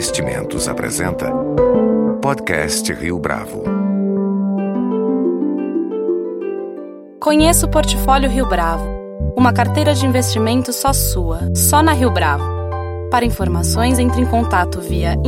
Investimentos apresenta Podcast Rio Bravo. Conheça o Portfólio Rio Bravo, uma carteira de investimentos só sua, só na Rio Bravo. Para informações, entre em contato via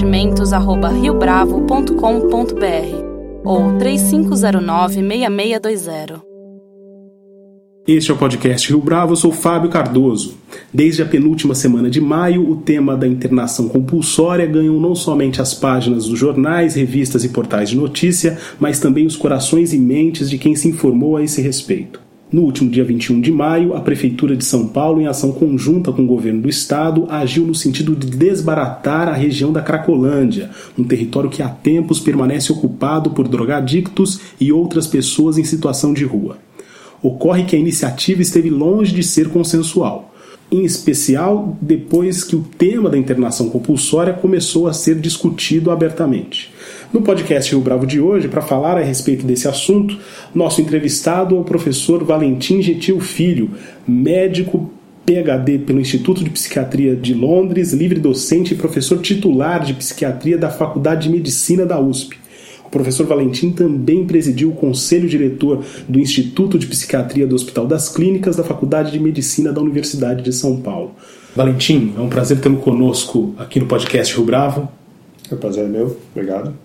investimentos@riobravo.com.br ou 3509-6620. Este é o podcast Rio Bravo, eu sou Fábio Cardoso. Desde a penúltima semana de maio, o tema da internação compulsória ganhou não somente as páginas dos jornais, revistas e portais de notícia, mas também os corações e mentes de quem se informou a esse respeito. No último dia 21 de maio, a Prefeitura de São Paulo, em ação conjunta com o governo do estado, agiu no sentido de desbaratar a região da Cracolândia, um território que há tempos permanece ocupado por drogadictos e outras pessoas em situação de rua. Ocorre que a iniciativa esteve longe de ser consensual, em especial depois que o tema da internação compulsória começou a ser discutido abertamente. No podcast Rio Bravo de hoje, para falar a respeito desse assunto, nosso entrevistado é o professor Valentim Gentil Filho, médico PhD pelo Instituto de Psiquiatria de Londres, livre docente e professor titular de psiquiatria da Faculdade de Medicina da USP. O professor Valentim também presidiu o conselho diretor do Instituto de Psiquiatria do Hospital das Clínicas da Faculdade de Medicina da Universidade de São Paulo. Valentim, é um prazer tê-lo conosco aqui no podcast Rio Bravo. É um prazer meu, obrigado.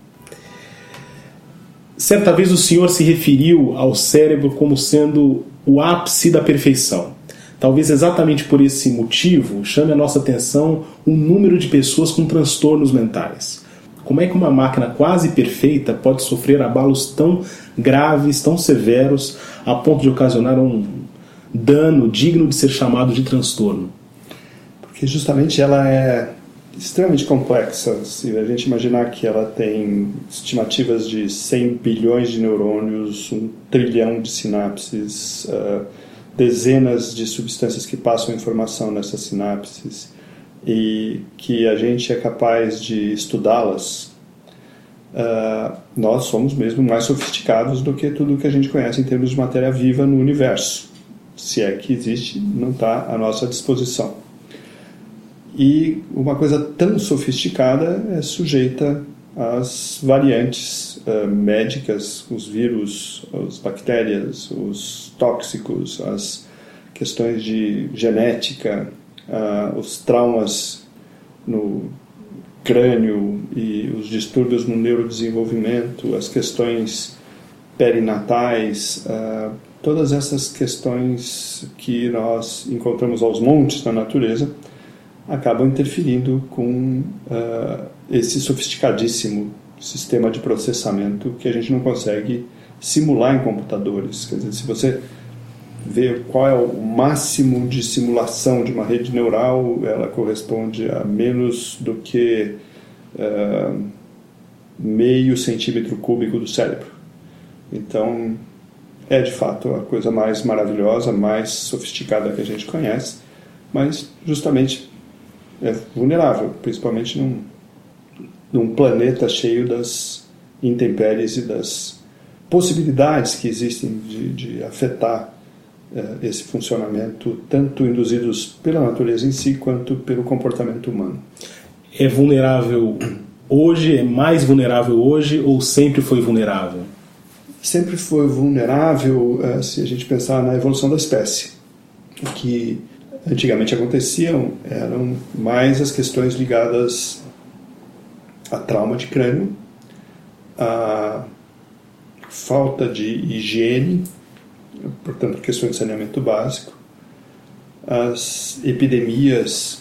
Certa vez o senhor se referiu ao cérebro como sendo o ápice da perfeição. Talvez exatamente por esse motivo chame a nossa atenção o número de pessoas com transtornos mentais. Como é que uma máquina quase perfeita pode sofrer abalos tão graves, tão severos, a ponto de ocasionar um dano digno de ser chamado de transtorno? Porque justamente ela é extremamente complexa. Se a gente imaginar que ela tem estimativas de 100 bilhões de neurônios, 1 trilhão de sinapses, dezenas de substâncias que passam informação nessas sinapses, e que a gente é capaz de estudá-las, nós somos mesmo mais sofisticados do que tudo que a gente conhece em termos de matéria viva no universo. Se é que existe, não está à nossa disposição. E uma coisa tão sofisticada é sujeita às variantes médicas, os vírus, as bactérias, os tóxicos, as questões de genética, os traumas no crânio e os distúrbios no neurodesenvolvimento, as questões perinatais, todas essas questões que nós encontramos aos montes na natureza acabam interferindo com esse sofisticadíssimo sistema de processamento que a gente não consegue simular em computadores. Quer dizer, se você ver qual é o máximo de simulação de uma rede neural, ela corresponde a menos do que meio centímetro cúbico do cérebro. Então, é de fato a coisa mais maravilhosa, mais sofisticada que a gente conhece, mas justamente é vulnerável, principalmente num planeta cheio das intempéries e das possibilidades que existem de afetar esse funcionamento, tanto induzidos pela natureza em si, quanto pelo comportamento humano. É vulnerável hoje, é mais vulnerável hoje ou sempre foi vulnerável? Sempre foi vulnerável se a gente pensar na evolução da espécie. O que antigamente aconteciam eram mais as questões ligadas a trauma de crânio, a falta de higiene, portanto, questões de saneamento básico, as epidemias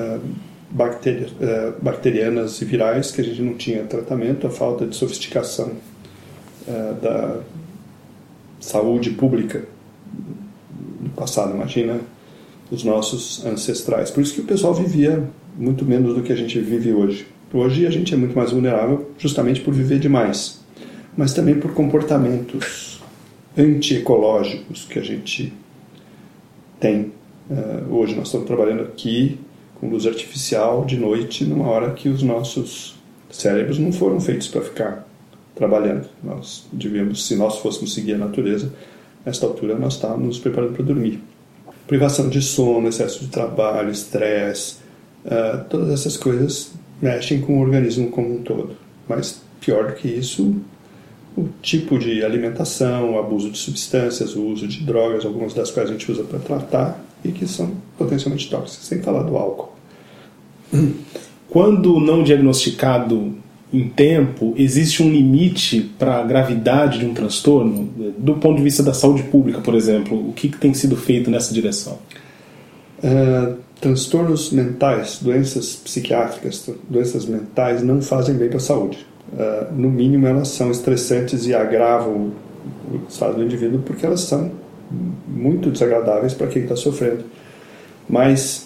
bacterianas e virais que a gente não tinha tratamento, a falta de sofisticação da saúde pública no passado. Imagina os nossos ancestrais. Por isso que o pessoal vivia muito menos do que a gente vive hoje. Hoje a gente é muito mais vulnerável justamente por viver demais, mas também por comportamentos antiecológicos que a gente tem. Hoje nós estamos trabalhando aqui com luz artificial de noite, numa hora que os nossos cérebros não foram feitos para ficar trabalhando. Nós devíamos, se nós fôssemos seguir a natureza, nesta altura nós estávamos nos preparando para dormir. Privação de sono, excesso de trabalho, estresse, todas essas coisas mexem com o organismo como um todo. Mas, pior do que isso, o tipo de alimentação, o abuso de substâncias, o uso de drogas, algumas das quais a gente usa para tratar e que são potencialmente tóxicas, sem falar do álcool. Quando não diagnosticado em tempo, existe um limite para a gravidade de um transtorno? Do ponto de vista da saúde pública, por exemplo, o que tem sido feito nessa direção? Transtornos mentais, doenças psiquiátricas, doenças mentais não fazem bem para a saúde. No mínimo, elas são estressantes e agravam o estado do indivíduo porque elas são muito desagradáveis para quem está sofrendo. Mas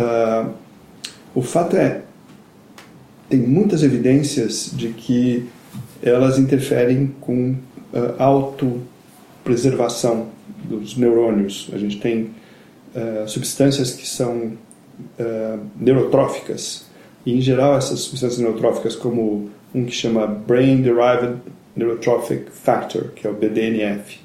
o fato é, tem muitas evidências de que elas interferem com a autopreservação dos neurônios. A gente tem substâncias que são neurotróficas. E, em geral, essas substâncias neurotróficas, como um que chama Brain Derived Neurotrophic Factor, que é o BDNF,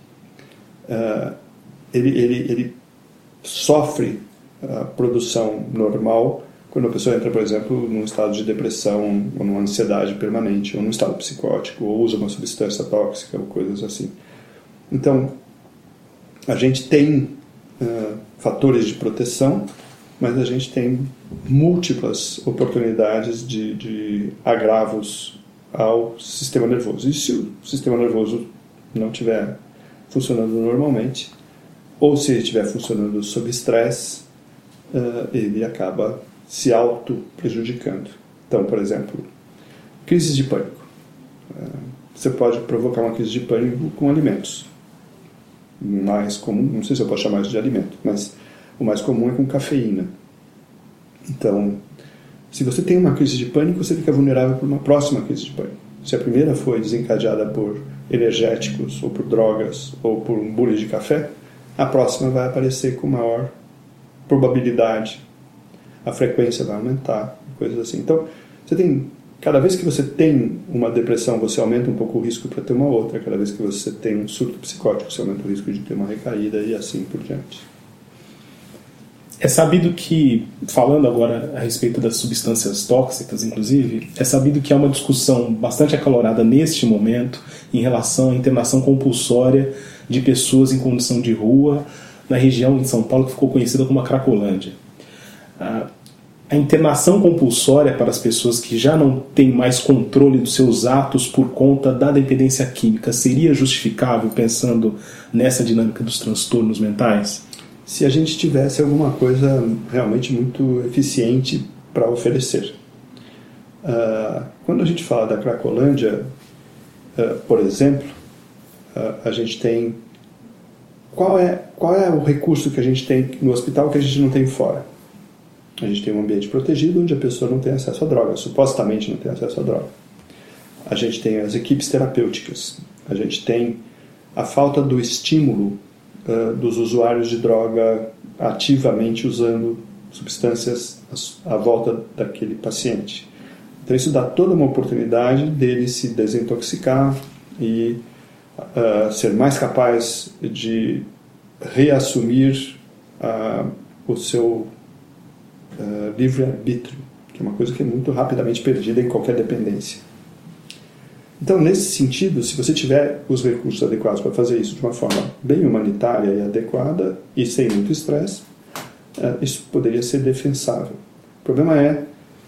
ele sofre a produção normal quando a pessoa entra, por exemplo, num estado de depressão, ou numa ansiedade permanente, ou num estado psicótico, ou usa uma substância tóxica, ou coisas assim. Então, a gente tem fatores de proteção, mas a gente tem múltiplas oportunidades de agravos ao sistema nervoso. E se o sistema nervoso não estiver funcionando normalmente, ou se ele estiver funcionando sob estresse, ele acaba se auto-prejudicando. Então, por exemplo, crises de pânico. Você pode provocar uma crise de pânico com alimentos. Mais comum, não sei se eu posso chamar isso de alimento, mas o mais comum é com cafeína. Então, se você tem uma crise de pânico, você fica vulnerável para uma próxima crise de pânico. Se a primeira foi desencadeada por energéticos, ou por drogas, ou por um bule de café, a próxima vai aparecer com maior probabilidade. A frequência vai aumentar, coisas assim. Então, cada vez que você tem uma depressão, você aumenta um pouco o risco para ter uma outra. Cada vez que você tem um surto psicótico, você aumenta o risco de ter uma recaída e assim por diante. É sabido que, falando agora a respeito das substâncias tóxicas, inclusive, é sabido que há uma discussão bastante acalorada neste momento em relação à internação compulsória de pessoas em condição de rua na região de São Paulo que ficou conhecida como a Cracolândia. A internação compulsória para as pessoas que já não têm mais controle dos seus atos por conta da dependência química seria justificável pensando nessa dinâmica dos transtornos mentais? Se a gente tivesse alguma coisa realmente muito eficiente para oferecer. Quando a gente fala da Cracolândia, por exemplo, a gente tem... Qual é o recurso que a gente tem no hospital que a gente não tem fora? A gente tem um ambiente protegido onde a pessoa não tem acesso à droga, supostamente não tem acesso à droga. A gente tem as equipes terapêuticas. A gente tem a falta do estímulo dos usuários de droga ativamente usando substâncias à volta daquele paciente. Então isso dá toda uma oportunidade dele se desintoxicar e ser mais capaz de reassumir o seu livre-arbítrio, que é uma coisa que é muito rapidamente perdida em qualquer dependência. Então, nesse sentido, se você tiver os recursos adequados para fazer isso de uma forma bem humanitária e adequada e sem muito estresse, isso poderia ser defensável. O problema é,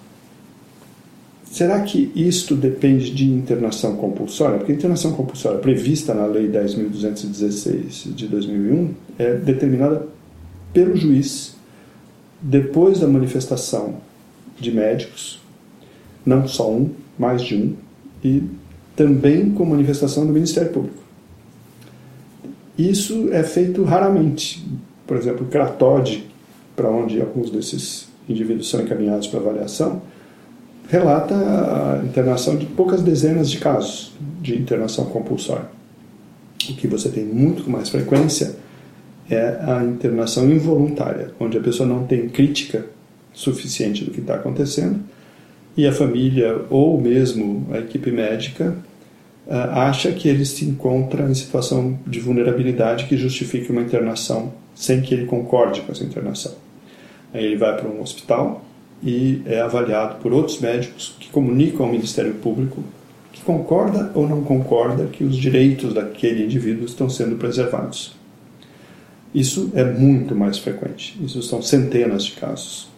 será que isto depende de internação compulsória? Porque a internação compulsória prevista na Lei 10.216 de 2001 é determinada pelo juiz depois da manifestação de médicos, não só um, mais de um, e também com manifestação do Ministério Público. Isso é feito raramente. Por exemplo, o Cratod, para onde alguns desses indivíduos são encaminhados para avaliação, relata a internação de poucas dezenas de casos de internação compulsória. O que você tem muito com mais frequência é a internação involuntária, onde a pessoa não tem crítica suficiente do que está acontecendo e a família ou mesmo a equipe médica acha que ele se encontra em situação de vulnerabilidade que justifique uma internação sem que ele concorde com essa internação. Aí ele vai para um hospital e é avaliado por outros médicos que comunicam ao Ministério Público que concorda ou não concorda que os direitos daquele indivíduo estão sendo preservados. Isso é muito mais frequente. Isso são centenas de casos.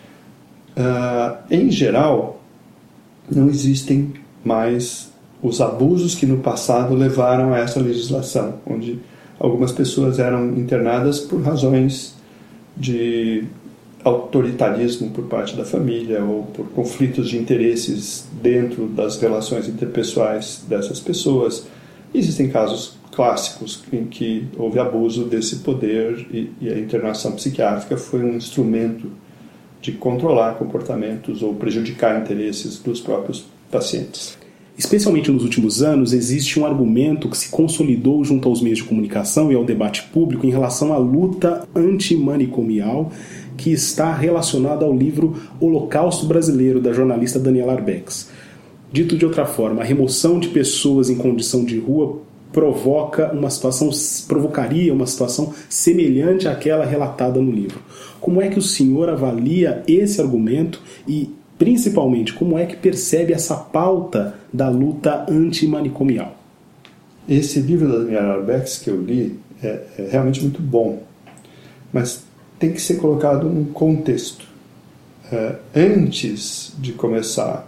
Em geral, não existem mais os abusos que no passado levaram a essa legislação, onde algumas pessoas eram internadas por razões de autoritarismo por parte da família ou por conflitos de interesses dentro das relações interpessoais dessas pessoas. Existem casos clássicos em que houve abuso desse poder e a internação psiquiátrica foi um instrumento de controlar comportamentos ou prejudicar interesses dos próprios pacientes. Especialmente nos últimos anos, existe um argumento que se consolidou junto aos meios de comunicação e ao debate público em relação à luta antimanicomial que está relacionada ao livro Holocausto Brasileiro, da jornalista Daniela Arbex. Dito de outra forma, a remoção de pessoas em condição de rua provocaria uma situação semelhante àquela relatada no livro. Como é que o senhor avalia esse argumento e, principalmente, como é que percebe essa pauta da luta antimanicomial? Esse livro da Daniela Arbex que eu li é realmente muito bom, mas tem que ser colocado num contexto. Antes de começar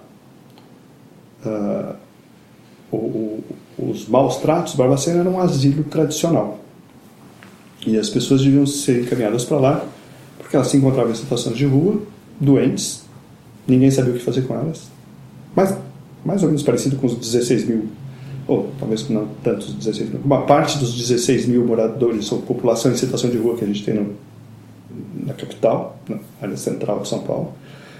os maus tratos, Barbacena era um asilo tradicional. E as pessoas deviam ser encaminhadas para lá porque elas se encontravam em situações de rua, doentes, ninguém sabia o que fazer com elas. Mas mais ou menos parecido com os 16 mil, ou talvez não tantos 16 mil, uma parte dos 16 mil moradores ou população em situação de rua que a gente tem na capital, na área central de São Paulo,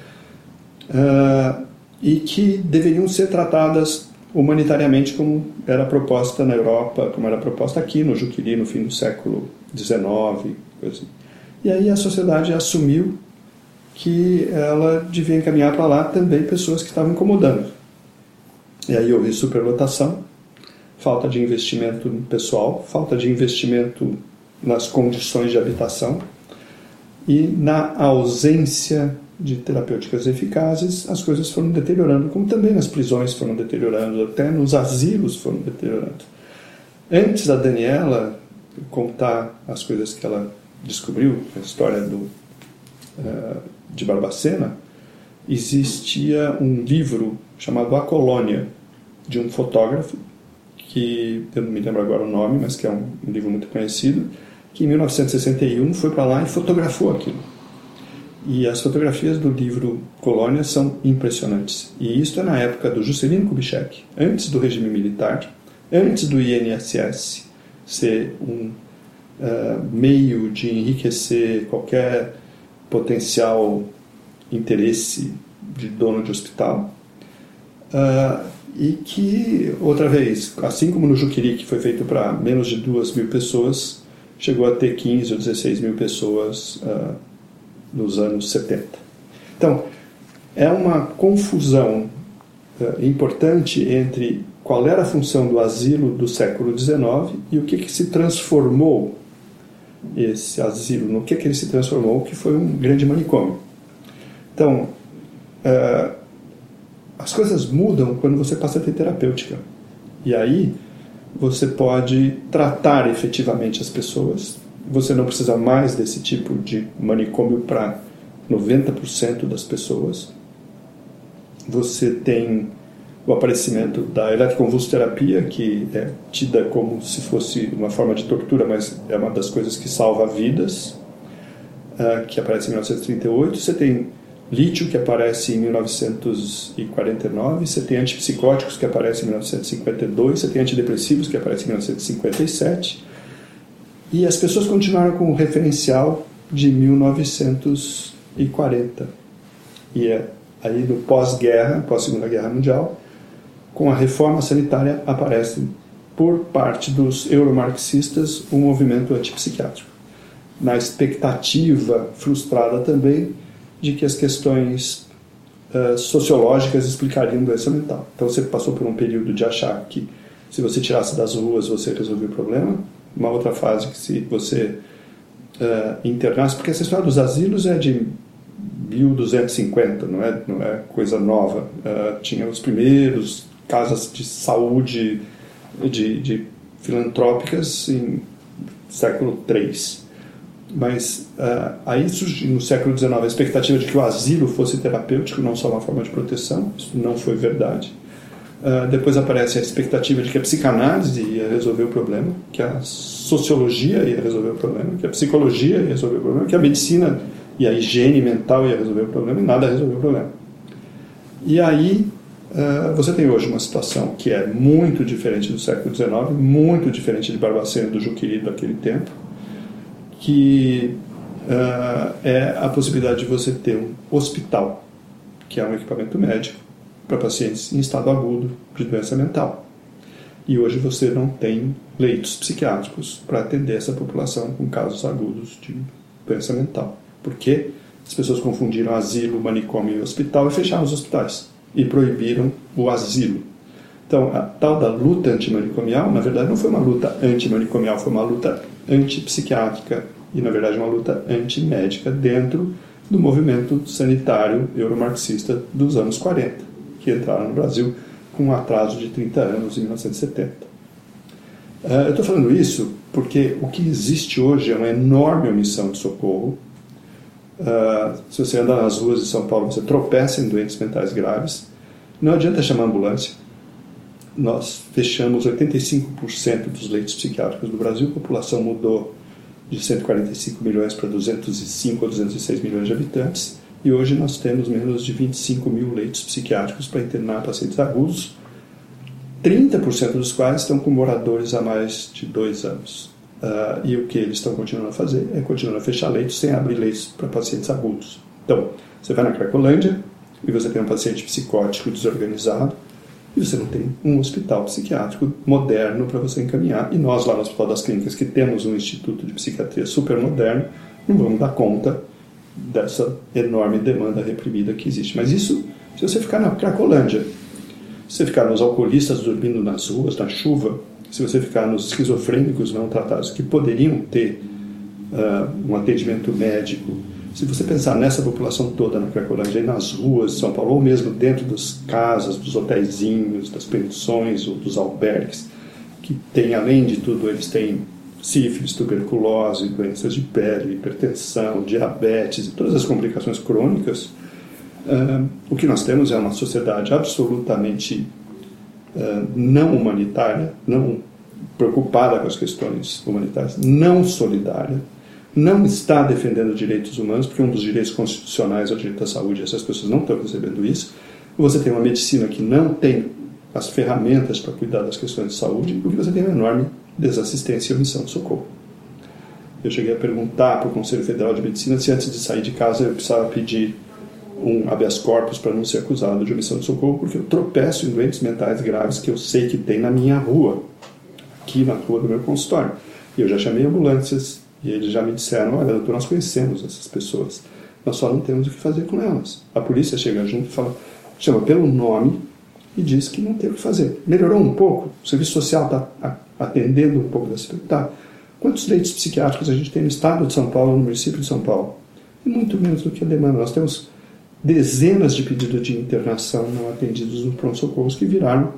e que deveriam ser tratadas humanitariamente como era proposta na Europa, como era proposta aqui no Juqueri no fim do século XIX, coisa assim. E aí a sociedade assumiu que ela devia encaminhar para lá também pessoas que estavam incomodando. E aí houve superlotação, falta de investimento no pessoal, falta de investimento nas condições de habitação, e na ausência de terapêuticas eficazes, as coisas foram deteriorando, como também nas prisões foram deteriorando, até nos asilos foram deteriorando. Antes da Daniela contar as coisas que ela descobriu, a história de Barbacena, existia um livro chamado A Colônia, de um fotógrafo, que eu não me lembro agora o nome, mas que é um livro muito conhecido, que em 1961 foi para lá e fotografou aquilo. E as fotografias do livro Colônia são impressionantes. E isso é na época do Juscelino Kubitschek, antes do regime militar, antes do INSS ser um meio de enriquecer qualquer potencial interesse de dono de hospital. E que, outra vez, assim como no Juqueri, que foi feito para menos de 2 mil pessoas, chegou a ter 15 ou 16 mil pessoas nos anos 70. Então, é uma confusão importante entre qual era a função do asilo do século XIX e o que se transformou esse asilo, no que ele se transformou, que foi um grande manicômio. Então, as coisas mudam quando você passa a ter terapêutica. E aí você pode tratar efetivamente as pessoas. Você não precisa mais desse tipo de manicômio para 90% das pessoas. Você tem o aparecimento da eletroconvulsoterapia, que é tida como se fosse uma forma de tortura, mas é uma das coisas que salva vidas, que aparece em 1938. Você tem lítio, que aparece em 1949, você tem antipsicóticos, que aparece em 1952, você tem antidepressivos, que aparece em 1957, e as pessoas continuaram com o referencial de 1940. E aí no pós-guerra, pós-Segunda Guerra Mundial, com a reforma sanitária, aparece por parte dos euromarxistas um movimento antipsiquiátrico, na expectativa frustrada também de que as questões sociológicas explicariam doença mental. Então você passou por um período de achar que se você tirasse das ruas você resolvia o problema, uma outra fase que se você internasse, porque essa história dos asilos é de 1250, não é coisa nova. Tinha os primeiros casas de saúde de filantrópicas em século III. Mas aí surgiu no século XIX a expectativa de que o asilo fosse terapêutico, não só uma forma de proteção. Isso não foi verdade. Depois aparece a expectativa de que a psicanálise ia resolver o problema, que a sociologia ia resolver o problema, que a psicologia ia resolver o problema, que a medicina e a higiene mental ia resolver o problema, e nada resolveu o problema. E aí você tem hoje uma situação que é muito diferente do século XIX, muito diferente de Barbacena e do Juqueri daquele tempo, que é a possibilidade de você ter um hospital, que é um equipamento médico, para pacientes em estado agudo de doença mental. E hoje você não tem leitos psiquiátricos para atender essa população com casos agudos de doença mental. Por quê? As pessoas confundiram asilo, manicômio e hospital e fecharam os hospitais e proibiram o asilo. Então, a tal da luta antimanicomial, na verdade, não foi uma luta antimanicomial, foi uma luta antipsiquiátrica e, na verdade, uma luta antimédica dentro do movimento sanitário euromarxista dos anos 40, que entraram no Brasil com um atraso de 30 anos, em 1970. Eu estou falando isso porque o que existe hoje é uma enorme omissão de socorro. Se você andar nas ruas de São Paulo, você tropeça em doentes mentais graves. Não adianta chamar a ambulância. Nós fechamos 85% dos leitos psiquiátricos do Brasil. A população mudou de 145 milhões para 205 ou 206 milhões de habitantes. E hoje nós temos menos de 25 mil leitos psiquiátricos para internar pacientes agudos, 30% dos quais estão com moradores há mais de 2 anos. E o que eles estão continuando a fazer é continuar a fechar leitos sem abrir leitos para pacientes agudos. Então, você vai na Cracolândia e você tem um paciente psicótico desorganizado e você não tem um hospital psiquiátrico moderno para você encaminhar. E nós lá no Hospital das Clínicas, que temos um instituto de psiquiatria super moderno, não vamos dar conta dessa enorme demanda reprimida que existe. Mas isso, se você ficar na Cracolândia, se você ficar nos alcoolistas dormindo nas ruas, na chuva, se você ficar nos esquizofrênicos não tratados que poderiam ter um atendimento médico, se você pensar nessa população toda na Cracolândia e nas ruas de São Paulo, ou mesmo dentro das casas, dos hotelzinhos, das pensões ou dos albergues, que tem, além de tudo, eles têm sífilis, tuberculose, doenças de pele, hipertensão, diabetes e todas as complicações crônicas, o que nós temos é uma sociedade absolutamente não humanitária, não preocupada com as questões humanitárias, não solidária, não está defendendo direitos humanos, porque um dos direitos constitucionais é o direito à saúde, e essas pessoas não estão recebendo isso. Você tem uma medicina que não tem as ferramentas para cuidar das questões de saúde, porque você tem uma enorme desassistência e omissão de socorro. Eu cheguei a perguntar para o Conselho Federal de Medicina se antes de sair de casa eu precisava pedir um habeas corpus para não ser acusado de omissão de socorro, porque eu tropeço em doentes mentais graves que eu sei que tem na minha rua, aqui na rua do meu consultório. E eu já chamei ambulâncias e eles já me disseram: olha, doutor, nós conhecemos essas pessoas, nós só não temos o que fazer com elas. A polícia chega junto e chama pelo nome e diz que não tem o que fazer. Melhorou um pouco? O serviço social está atendendo um pouco dessa... Tá. Quantos leitos psiquiátricos a gente tem no estado de São Paulo, no município de São Paulo? E muito menos do que a demanda. Nós temos dezenas de pedidos de internação não atendidos no pronto-socorro que viraram,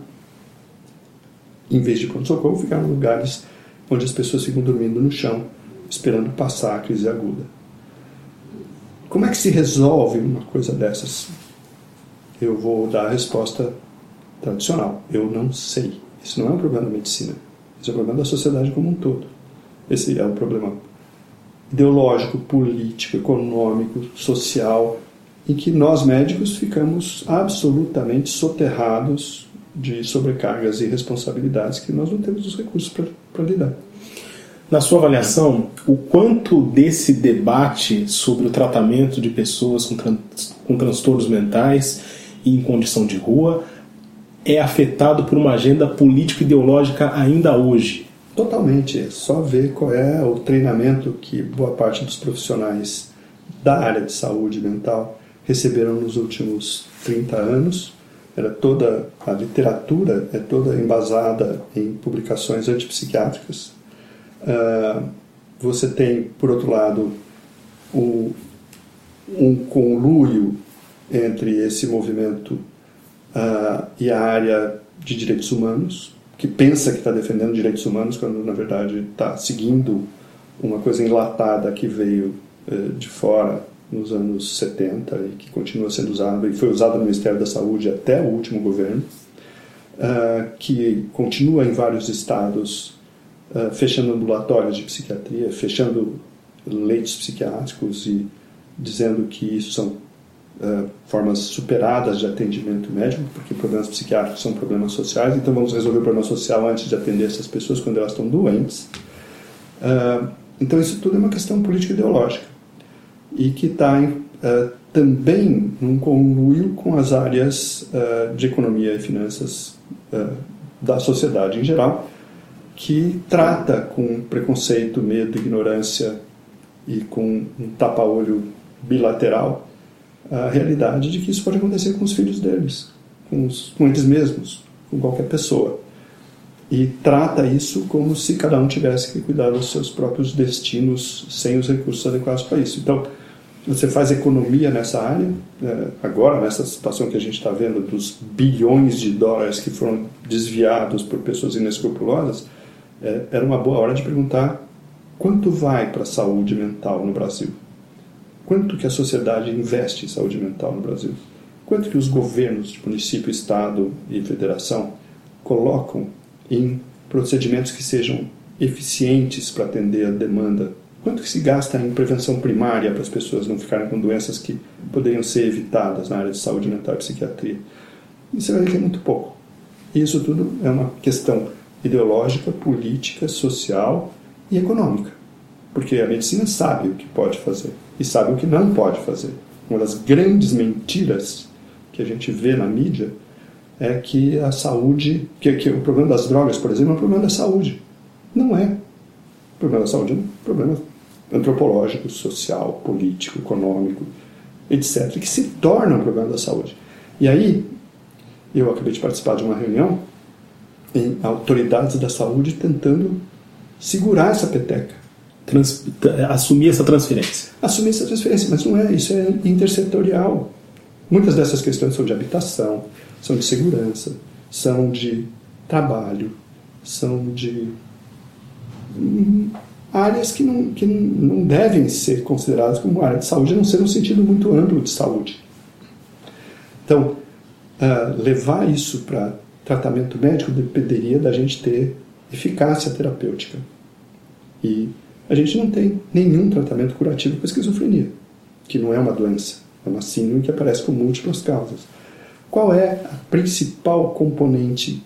em vez de pronto-socorro, ficaram lugares onde as pessoas ficam dormindo no chão, esperando passar a crise aguda. Como é que se resolve uma coisa dessas? Eu vou dar a resposta tradicional: eu não sei. Isso não é um problema da medicina, isso é um problema da sociedade como um todo. Esse é um problema ideológico, político, econômico, social, em que nós médicos ficamos absolutamente soterrados de sobrecargas e responsabilidades que nós não temos os recursos para lidar. Na sua avaliação, o quanto desse debate sobre o tratamento de pessoas com transtornos mentais e em condição de rua é afetado por uma agenda político-ideológica ainda hoje? Totalmente. É só ver qual é o treinamento que boa parte dos profissionais da área de saúde mental receberam nos últimos 30 anos. Toda a literatura é toda embasada em publicações antipsiquiátricas. Você tem, por outro lado, um conluio entre esse movimento e a área de direitos humanos, que pensa que está defendendo direitos humanos, quando na verdade está seguindo uma coisa enlatada que veio de fora nos anos 70 e que continua sendo usada, e foi usada no Ministério da Saúde até o último governo, que continua em vários estados fechando ambulatórios de psiquiatria, fechando leitos psiquiátricos e dizendo que isso são formas superadas de atendimento médico, porque problemas psiquiátricos são problemas sociais, então vamos resolver o problema social antes de atender essas pessoas quando elas estão doentes. Então isso tudo é uma questão política ideológica e que está também num conluio com as áreas de economia e finanças da sociedade em geral, que trata com preconceito, medo, ignorância e com um tapa-olho bilateral a realidade de que isso pode acontecer com os filhos deles, com eles mesmos, com qualquer pessoa. E trata isso como se cada um tivesse que cuidar dos seus próprios destinos sem os recursos adequados para isso. Então, você faz economia nessa área, agora, nessa situação que a gente está vendo dos bilhões de dólares que foram desviados por pessoas inescrupulosas, era uma boa hora de perguntar quanto vai para a saúde mental no Brasil? Quanto que a sociedade investe em saúde mental no Brasil? Quanto que os governos de município, estado e federação colocam em procedimentos que sejam eficientes para atender a demanda? Quanto que se gasta em prevenção primária para as pessoas não ficarem com doenças que poderiam ser evitadas na área de saúde mental e psiquiatria? Isso vai ver que é muito pouco. E isso tudo é uma questão ideológica, política, social e econômica. Porque a medicina sabe o que pode fazer e sabe o que não pode fazer. Uma das grandes mentiras que a gente vê na mídia é que a saúde, que o problema das drogas, por exemplo, é um problema da saúde. Não é. O problema da saúde é um problema antropológico, social, político, econômico, etc., que se torna um problema da saúde. E aí, eu acabei de participar de uma reunião em autoridades da saúde tentando segurar essa peteca. Assumir essa transferência. Assumir essa transferência, mas não é, isso é intersetorial. Muitas dessas questões são de habitação, são de segurança, são de trabalho, são de áreas que não devem ser consideradas como área de saúde, a não ser no sentido muito amplo de saúde. Então, levar isso para tratamento médico dependeria da gente ter eficácia terapêutica. E a gente não tem nenhum tratamento curativo para a esquizofrenia, que não é uma doença, é uma síndrome que aparece com múltiplas causas. Qual é a principal componente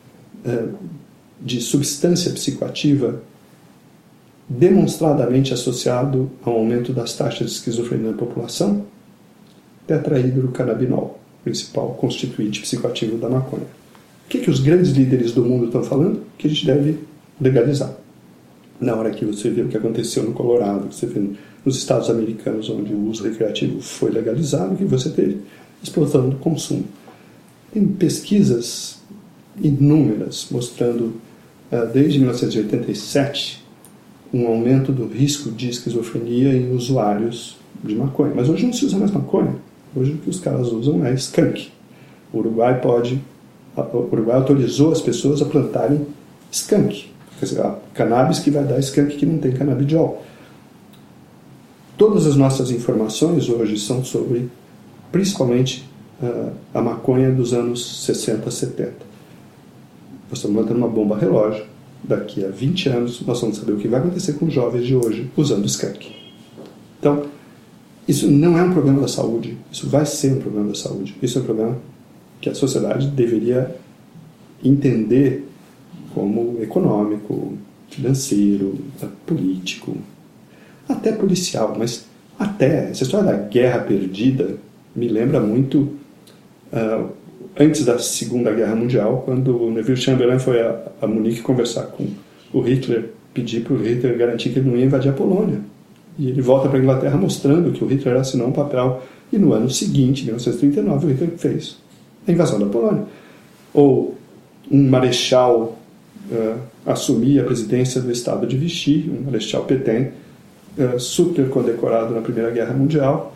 de substância psicoativa demonstradamente associado ao aumento das taxas de esquizofrenia na população? Tetrahidrocannabinol, principal constituinte psicoativo da maconha. O que os grandes líderes do mundo estão falando? Que a gente deve legalizar. Na hora que você vê o que aconteceu no Colorado, que você vê nos Estados americanos, onde o uso recreativo foi legalizado, que você teve explosão do consumo. Tem pesquisas inúmeras mostrando, desde 1987, um aumento do risco de esquizofrenia em usuários de maconha. Mas hoje não se usa mais maconha. Hoje o que os caras usam é skunk. O Uruguai autorizou as pessoas a plantarem skunk. Quer dizer, a cannabis que vai dar skunk que não tem canabidiol. Todas as nossas informações hoje são sobre, principalmente, a maconha dos anos 60, 70. Nós estamos montando uma bomba relógio. Daqui a 20 anos, nós vamos saber o que vai acontecer com os jovens de hoje usando skunk. Então, isso não é um problema da saúde. Isso vai ser um problema da saúde. Isso é um problema que a sociedade deveria entender como econômico, financeiro, político, até policial. Mas até essa história da guerra perdida me lembra muito antes da Segunda Guerra Mundial, quando o Neville Chamberlain foi a Munique conversar com o Hitler, pedir para o Hitler garantir que ele não ia invadir a Polônia. E ele volta para a Inglaterra mostrando que o Hitler assinou um papel, e no ano seguinte, 1939, o Hitler fez a invasão da Polônia. Ou um marechal assumir a presidência do estado de Vichy, um marechal Pétain, super condecorado na Primeira Guerra Mundial,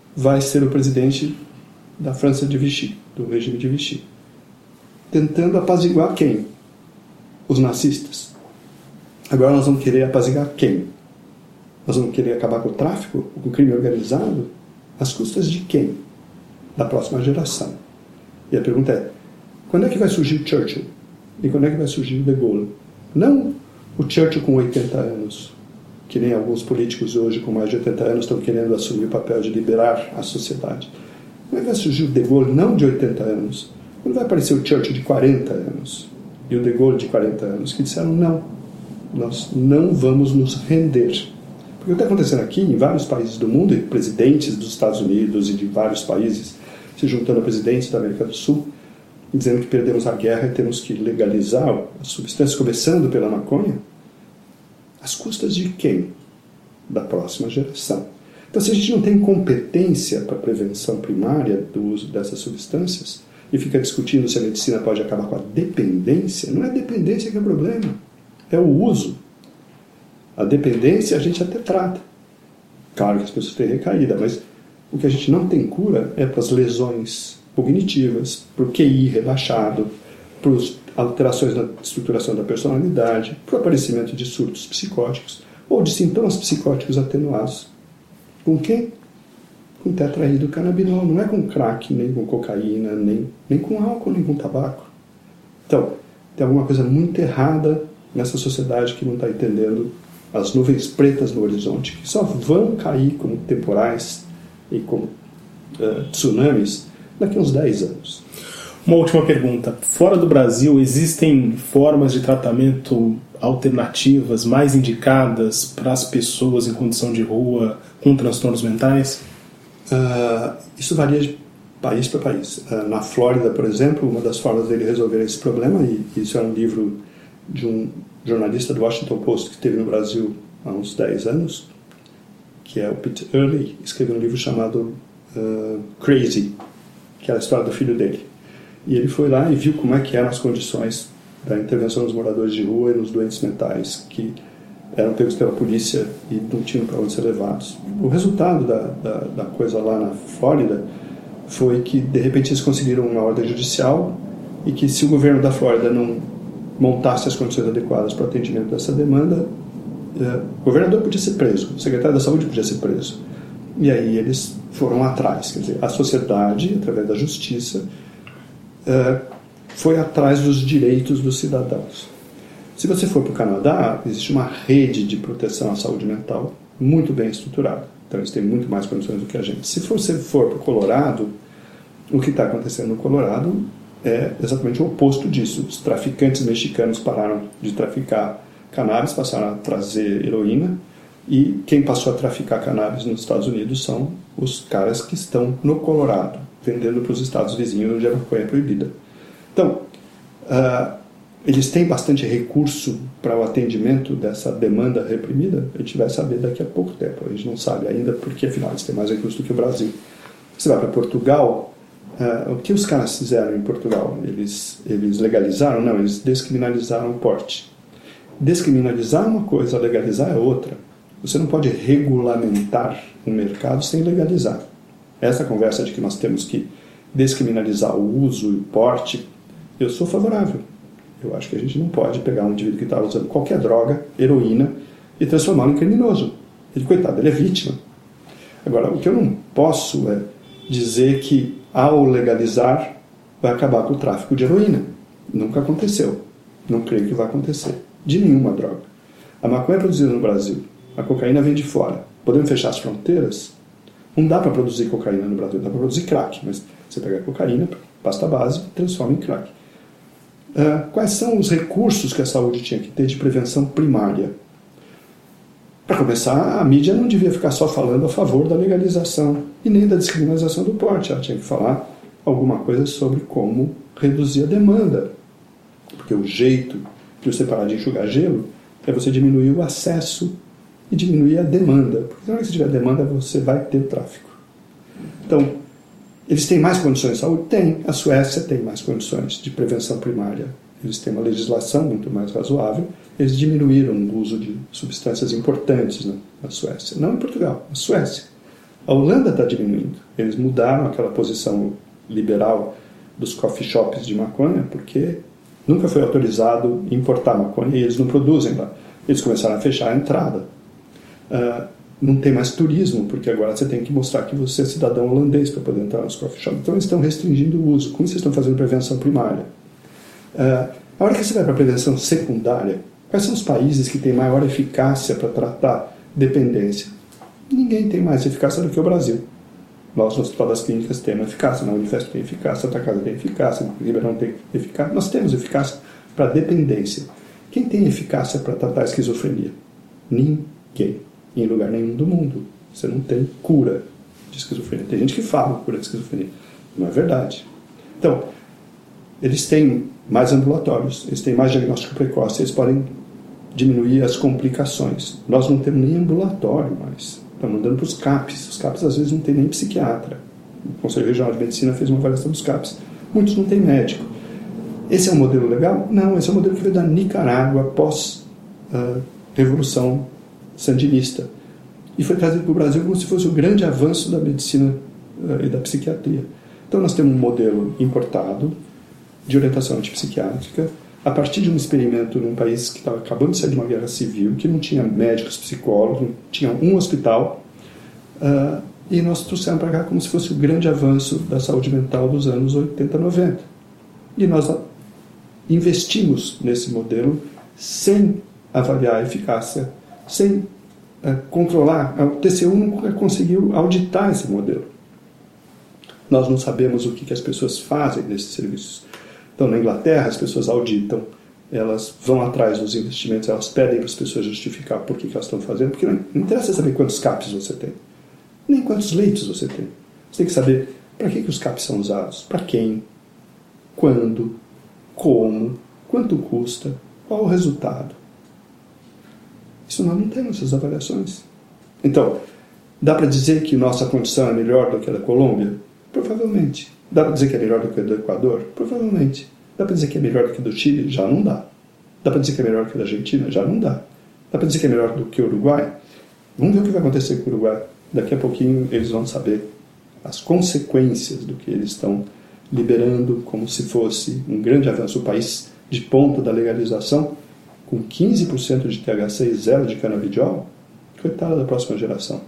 vai ser o presidente da França de Vichy, do regime de Vichy. Tentando apaziguar quem? Os nazistas. Agora nós vamos querer apaziguar quem? Nós vamos querer acabar com o tráfico, com o crime organizado? Às custas de quem? Da próxima geração. E a pergunta é, quando é que vai surgir Churchill? E quando é que vai surgir De Gaulle? Não o Churchill com 80 anos, que nem alguns políticos hoje com mais de 80 anos estão querendo assumir o papel de liberar a sociedade. Quando vai surgir o De Gaulle não de 80 anos? Quando vai aparecer o Churchill de 40 anos e o De Gaulle de 40 anos, que disseram não, nós não vamos nos render. Porque o que está acontecendo aqui em vários países do mundo, e presidentes dos Estados Unidos e de vários países se juntando a presidentes da América do Sul, dizendo que perdemos a guerra e temos que legalizar as substâncias, começando pela maconha, às custas de quem? Da próxima geração. Então, se a gente não tem competência para a prevenção primária do uso dessas substâncias e fica discutindo se a medicina pode acabar com a dependência, não é a dependência que é o problema, é o uso. A dependência a gente até trata. Claro que as pessoas têm recaída, mas o que a gente não tem cura é para as lesões cognitivas, para o QI rebaixado, para as alterações na estruturação da personalidade, para o aparecimento de surtos psicóticos ou de sintomas psicóticos atenuados. Com quem? Com tetraidrocannabinol. Não é com crack, nem com cocaína, nem com álcool, nem com tabaco. Então, tem alguma coisa muito errada nessa sociedade que não está entendendo as nuvens pretas no horizonte, que só vão cair como temporais e como tsunamis daqui a uns 10 anos. Uma última pergunta. Fora do Brasil, existem formas de tratamento alternativas mais indicadas para as pessoas em condição de rua com transtornos mentais? Isso varia de país para país. Na Flórida, por exemplo, uma das formas dele resolver esse problema, e isso é um livro de um jornalista do Washington Post que esteve no Brasil há uns 10 anos, que é o Pete Earley, escreveu um livro chamado Crazy, que é a história do filho dele. E ele foi lá e viu como é que eram as condições da intervenção dos moradores de rua e nos doentes mentais que eram pegos pela polícia e não tinham para onde ser levados. O resultado da coisa lá na Flórida foi que, de repente, eles conseguiram uma ordem judicial e que, se o governo da Flórida não montasse as condições adequadas para o atendimento dessa demanda, o governador podia ser preso, o secretário da saúde podia ser preso. E aí eles foram atrás, quer dizer, a sociedade, através da justiça, foi atrás dos direitos dos cidadãos. Se você for para o Canadá, existe uma rede de proteção à saúde mental muito bem estruturada. Então eles têm muito mais condições do que a gente. Se você for para o Colorado, o que está acontecendo no Colorado é exatamente o oposto disso. Os traficantes mexicanos pararam de traficar cannabis, passaram a trazer heroína, e quem passou a traficar cannabis nos Estados Unidos são os caras que estão no Colorado, vendendo para os estados vizinhos onde a maconha é proibida. Então, eles têm bastante recurso para o atendimento dessa demanda reprimida. A gente vai saber daqui a pouco tempo. A gente não sabe ainda porque, afinal, eles têm mais recurso do que o Brasil. Você vai para Portugal, o que os caras fizeram em Portugal? Eles legalizaram? Não, eles descriminalizaram o porte. Descriminalizar é uma coisa, legalizar é outra. Você não pode regulamentar um mercado sem legalizar. Essa conversa de que nós temos que descriminalizar o uso e o porte, eu sou favorável. Eu acho que a gente não pode pegar um indivíduo que está usando qualquer droga, heroína, e transformá-lo em criminoso. Ele, coitado, ele é vítima. Agora, o que eu não posso é dizer que, ao legalizar, vai acabar com o tráfico de heroína. Nunca aconteceu. Não creio que vai acontecer. De nenhuma droga. A maconha é produzida no Brasil. A cocaína vem de fora. Podemos fechar as fronteiras? Não dá para produzir cocaína no Brasil. Dá para produzir crack. Mas você pega a cocaína, pasta base, e transforma em crack. Quais são os recursos que a saúde tinha que ter de prevenção primária? Para começar, a mídia não devia ficar só falando a favor da legalização e nem da descriminalização do porte. Ela tinha que falar alguma coisa sobre como reduzir a demanda. Porque o jeito de você parar de enxugar gelo é você diminuir o acesso e diminuir a demanda. Porque na hora que você tiver demanda, você vai ter tráfico. Então, eles têm mais condições de saúde? Tem. A Suécia tem mais condições de prevenção primária. Eles têm uma legislação muito mais razoável. Eles diminuíram o uso de substâncias importantes na Suécia. Não em Portugal, na Suécia. A Holanda está diminuindo. Eles mudaram aquela posição liberal dos coffee shops de maconha porque nunca foi autorizado importar maconha e eles não produzem lá. Eles começaram a fechar a entrada. Não tem mais turismo, porque agora você tem que mostrar que você é cidadão holandês para poder entrar nos coffee shops. Então eles estão restringindo o uso. Como vocês estão fazendo prevenção primária? A hora que você vai para a prevenção secundária, quais são os países que têm maior eficácia para tratar dependência? Ninguém tem mais eficácia do que o Brasil. Nós, no Hospital das Clínicas, temos eficácia, na Unifesp tem eficácia, a Santa Casa tem eficácia, a Ribeirão tem eficácia. Nós temos eficácia para dependência. Quem tem eficácia para tratar a esquizofrenia? Ninguém. Em lugar nenhum do mundo. Você não tem cura de esquizofrenia. Tem gente que fala cura de esquizofrenia. Não é verdade. Então, eles têm mais ambulatórios, eles têm mais diagnóstico precoce, eles podem diminuir as complicações. Nós não temos nem ambulatório mais. Estamos andando para os CAPs. Os CAPs às vezes não tem nem psiquiatra. O Conselho Regional de Medicina fez uma avaliação dos CAPs. Muitos não têm médico. Esse é um modelo legal? Não, esse é um modelo que veio da Nicarágua após a Revolução Sandinista. E foi trazido para o Brasil como se fosse o grande avanço da medicina e da psiquiatria. Então nós temos um modelo importado de orientação antipsiquiátrica a partir de um experimento num país que estava acabando de sair de uma guerra civil, que não tinha médicos, psicólogos, não tinha um hospital, e nós trouxemos para cá como se fosse o grande avanço da saúde mental dos anos 80, 90. E nós investimos nesse modelo sem avaliar a eficácia, sem controlar. O TCU nunca conseguiu auditar esse modelo. Nós não sabemos o que as pessoas fazem nesses serviços. Então, na Inglaterra, as pessoas auditam, elas vão atrás dos investimentos, elas pedem para as pessoas justificar por que elas estão fazendo, porque não interessa saber quantos CAPs você tem, nem quantos leitos você tem. Você tem que saber para que os CAPs são usados, para quem, quando, como, quanto custa, qual o resultado. Isso nós não temos, essas avaliações. Então, dá para dizer que nossa condição é melhor do que a da Colômbia? Provavelmente. Dá para dizer que é melhor do que a do Equador? Provavelmente. Dá para dizer que é melhor do que a do Chile? Já não dá. Dá para dizer que é melhor do que a da Argentina? Já não dá. Dá para dizer que é melhor do que o Uruguai? Vamos ver o que vai acontecer com o Uruguai. Daqui a pouquinho eles vão saber as consequências do que eles estão liberando como se fosse um grande avanço. O país de ponta da legalização, com 15% de THC e 0% de canabidiol, coitada da próxima geração.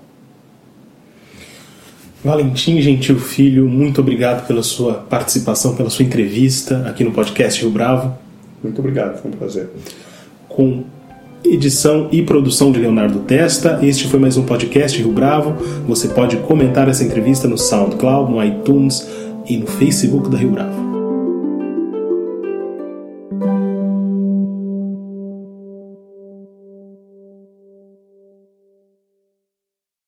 Valentim Gentil Filho, muito obrigado pela sua participação, pela sua entrevista aqui no podcast Rio Bravo. Muito obrigado, foi um prazer. Com edição e produção de Leonardo Testa, este foi mais um podcast Rio Bravo. Você pode comentar essa entrevista no SoundCloud, no iTunes e no Facebook da Rio Bravo.